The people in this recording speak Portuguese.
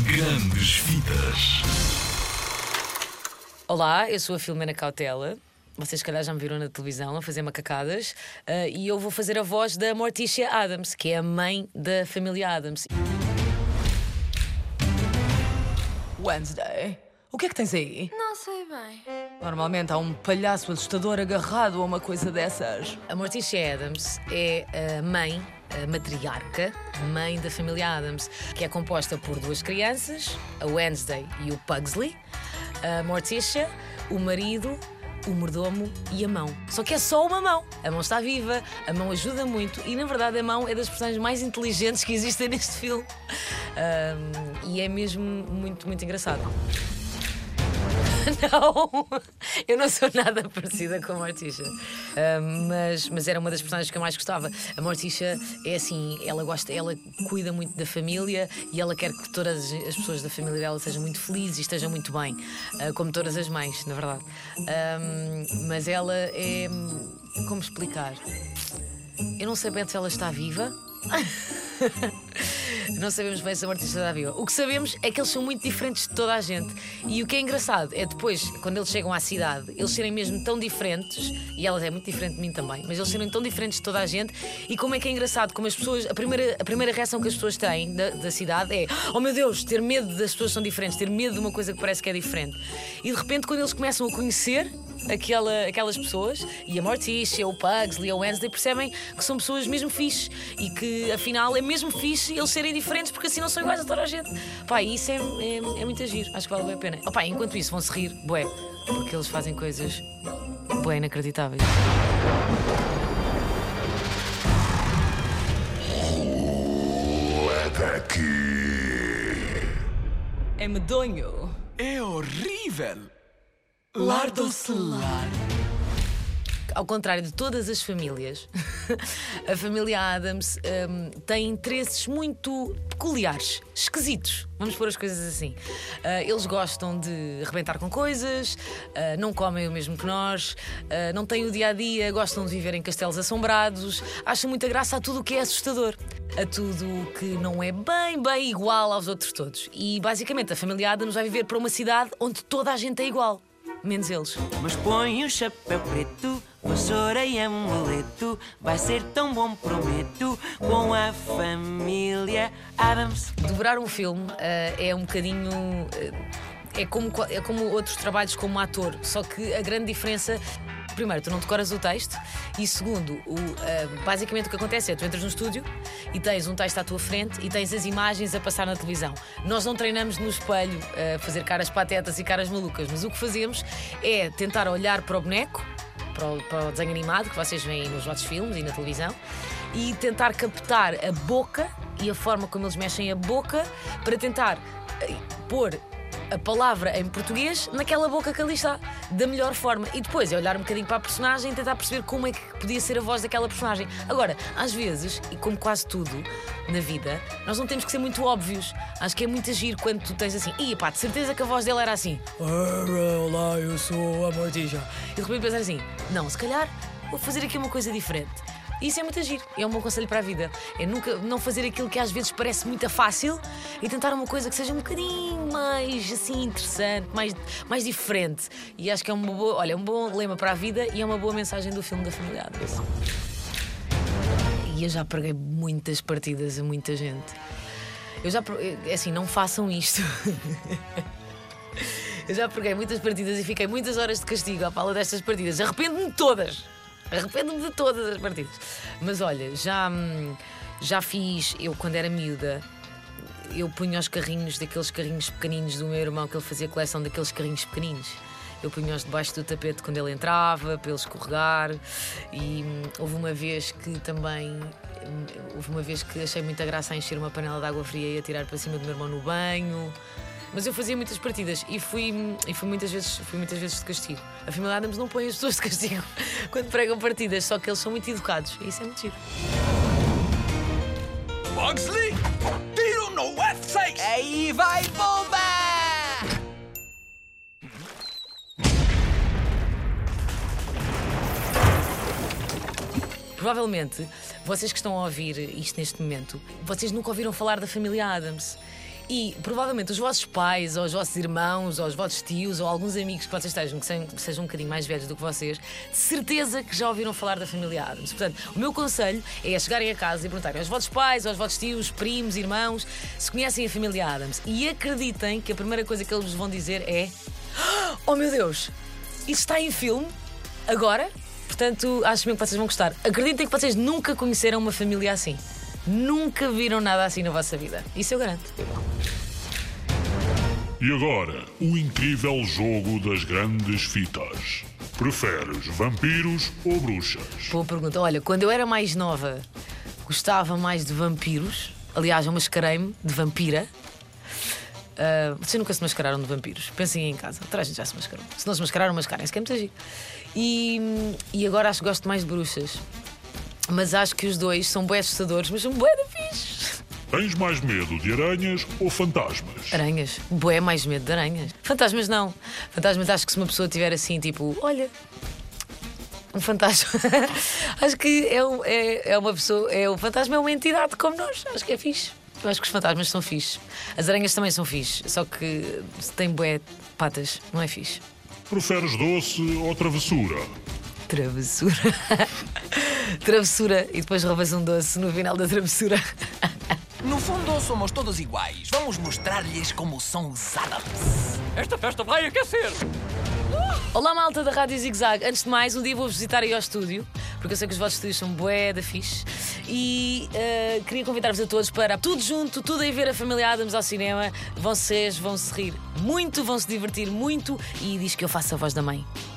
Grandes Vidas. Olá, eu sou a Filomena Cautela. Vocês, se calhar, já me viram na televisão a fazer macacadas. E eu vou fazer a voz da Morticia Addams, que é a mãe da família Addams. Wednesday, o que é que tens aí? Não sei bem. Normalmente há um palhaço assustador agarrado a uma coisa dessas. A Morticia Addams é a mãe, a matriarca, mãe da família Addams, que é composta por duas crianças, a Wednesday e o Pugsley, a Morticia, o marido, o mordomo e a mão. Só que é só uma mão. A mão está viva, a mão ajuda muito e, na verdade, a mão é das personagens mais inteligentes que existem neste filme. E é mesmo muito, muito engraçado. Não, eu não sou nada parecida com a Morticia, mas era uma das personagens que eu mais gostava. A Morticia é assim, ela cuida muito da família e ela quer que todas as pessoas da família dela sejam muito felizes e estejam muito bem, como todas as mães, na verdade. Mas ela é... Como explicar? Eu não sei bem se ela está viva. Não sabemos bem se a Morticia está viva. O que sabemos é que eles são muito diferentes de toda a gente. E o que é engraçado é depois, quando eles chegam à cidade, eles serem mesmo tão diferentes. E ela é muito diferente de mim também, mas eles serem tão diferentes de toda a gente. E como é que é engraçado, como as pessoas... A primeira reação que as pessoas têm da cidade é: oh meu Deus, ter medo das pessoas que são diferentes, ter medo de uma coisa que parece que é diferente. E de repente, quando eles começam a conhecer aquelas pessoas, e a Morticia, o Pugsley, a Wednesday, percebem que são pessoas mesmo fixe e que afinal é mesmo fixe eles serem diferentes, porque assim não são iguais a toda a gente. Pá, e isso é muito giro, acho que vale bem a pena. Pá, enquanto isso vão-se rir, bué, porque eles fazem coisas bué inacreditáveis. É medonho. É horrível. Lardo-se lar. Ao contrário de todas as famílias, a família Addams tem interesses muito peculiares, esquisitos. Vamos pôr as coisas assim. Eles gostam de arrebentar com coisas, não comem o mesmo que nós, não têm o dia-a-dia, gostam de viver em castelos assombrados, acham muita graça a tudo o que é assustador, a tudo o que não é bem igual aos outros todos. E basicamente a família Addams vai viver para uma cidade onde toda a gente é igual. Menos eles. Mas põe o chapéu preto, vassoura e amuleto. Vai ser tão bom, prometo, com a família Addams. Dobrar um filme é um bocadinho... É como outros trabalhos como ator. Só que a grande diferença... Primeiro, tu não decoras o texto. E segundo, basicamente o que acontece é: tu entras no estúdio e tens um texto à tua frente e tens as imagens a passar na televisão. Nós não treinamos no espelho a fazer caras patetas e caras malucas, mas o que fazemos é tentar olhar para o boneco, para o desenho animado que vocês veem nos vossos filmes e na televisão, e tentar captar a boca e a forma como eles mexem a boca para tentar pôr a palavra em português naquela boca que ali está, da melhor forma. E depois é olhar um bocadinho para a personagem e tentar perceber como é que podia ser a voz daquela personagem. Agora, às vezes, e como quase tudo na vida, nós não temos que ser muito óbvios. Acho que é muito agir quando tu tens assim: ih, pá, de certeza que a voz dela era assim. Olá, eu sou a Morticia. E de repente pensar assim: não, se calhar vou fazer aqui uma coisa diferente. Isso é muito agir, é um bom conselho para a vida. É nunca não fazer aquilo que às vezes parece muito fácil e tentar uma coisa que seja um bocadinho mais assim interessante, mais diferente. E acho que é um bom lema para a vida e é uma boa mensagem do filme da família Addams. E eu já preguei muitas partidas a muita gente. Assim, não façam isto. Eu já preguei muitas partidas e fiquei muitas horas de castigo à pala destas partidas. Arrependo-me de todas. Arrependo-me de todas as partidas. Mas olha, já fiz, eu quando era miúda, eu punha os carrinhos, daqueles carrinhos pequeninos do meu irmão, que ele fazia coleção daqueles carrinhos pequeninos. Eu punha-os debaixo do tapete quando ele entrava, para ele escorregar. E houve uma vez que achei muita graça a encher uma panela de água fria e atirar para cima do meu irmão no banho. Mas eu fazia muitas partidas e fui muitas vezes de castigo. A família Addams não põe as pessoas de castigo quando pregam partidas, só que eles são muito educados e isso é muito giro. Pugsley, do you know what sakes? Aí vai bomba! Provavelmente, vocês que estão a ouvir isto neste momento, vocês nunca ouviram falar da família Addams. E provavelmente os vossos pais, ou os vossos irmãos, ou os vossos tios, ou alguns amigos que vocês estejam, que sejam um bocadinho mais velhos do que vocês, de certeza que já ouviram falar da família Addams. Portanto, o meu conselho é chegarem a casa e perguntarem aos vossos pais, aos vossos tios, primos, irmãos, se conhecem a família Addams. E acreditem que a primeira coisa que eles vos vão dizer é: oh meu Deus, isso está em filme? Agora? Portanto, acho mesmo que vocês vão gostar. Acreditem que vocês nunca conheceram uma família assim. Nunca viram nada assim na vossa vida. Isso eu garanto. E agora, o incrível jogo das grandes fitas. Preferes vampiros ou bruxas? Boa pergunta. Olha, quando eu era mais nova, gostava mais de vampiros. Aliás, eu mascarei-me de vampira. Vocês nunca se mascararam de vampiros? Pensem aí em casa. Toda a gente já se mascarou. Se não se mascararam, mascarem-se, que é muito giro. E agora acho que gosto mais de bruxas. Mas acho que os dois são bué assustadores, mas são bué da fixe. Tens mais medo de aranhas ou fantasmas? Aranhas. Bué mais medo de aranhas. Fantasmas não. Fantasmas acho que se uma pessoa tiver assim, tipo, olha, um fantasma. Acho que é uma pessoa. O fantasma é uma entidade como nós. Acho que é fixe. Eu acho que os fantasmas são fixe. As aranhas também são fixe. Só que têm bué patas. Não é fixe. Preferes doce ou travessura? Travessura. Travessura. E depois roubas um doce no final da travessura. No fundo, somos todos iguais. Vamos mostrar-lhes como são os Addams. Esta festa vai aquecer! Olá, malta da Rádio Zig Zag. Antes de mais, um dia vou visitar aí ao estúdio, porque eu sei que os vossos estúdios são bué da fixe. E queria convidar-vos a todos para tudo junto, tudo a ir ver a família Addams ao cinema. Vocês vão se rir muito, vão se divertir muito. E diz que eu faço a voz da mãe.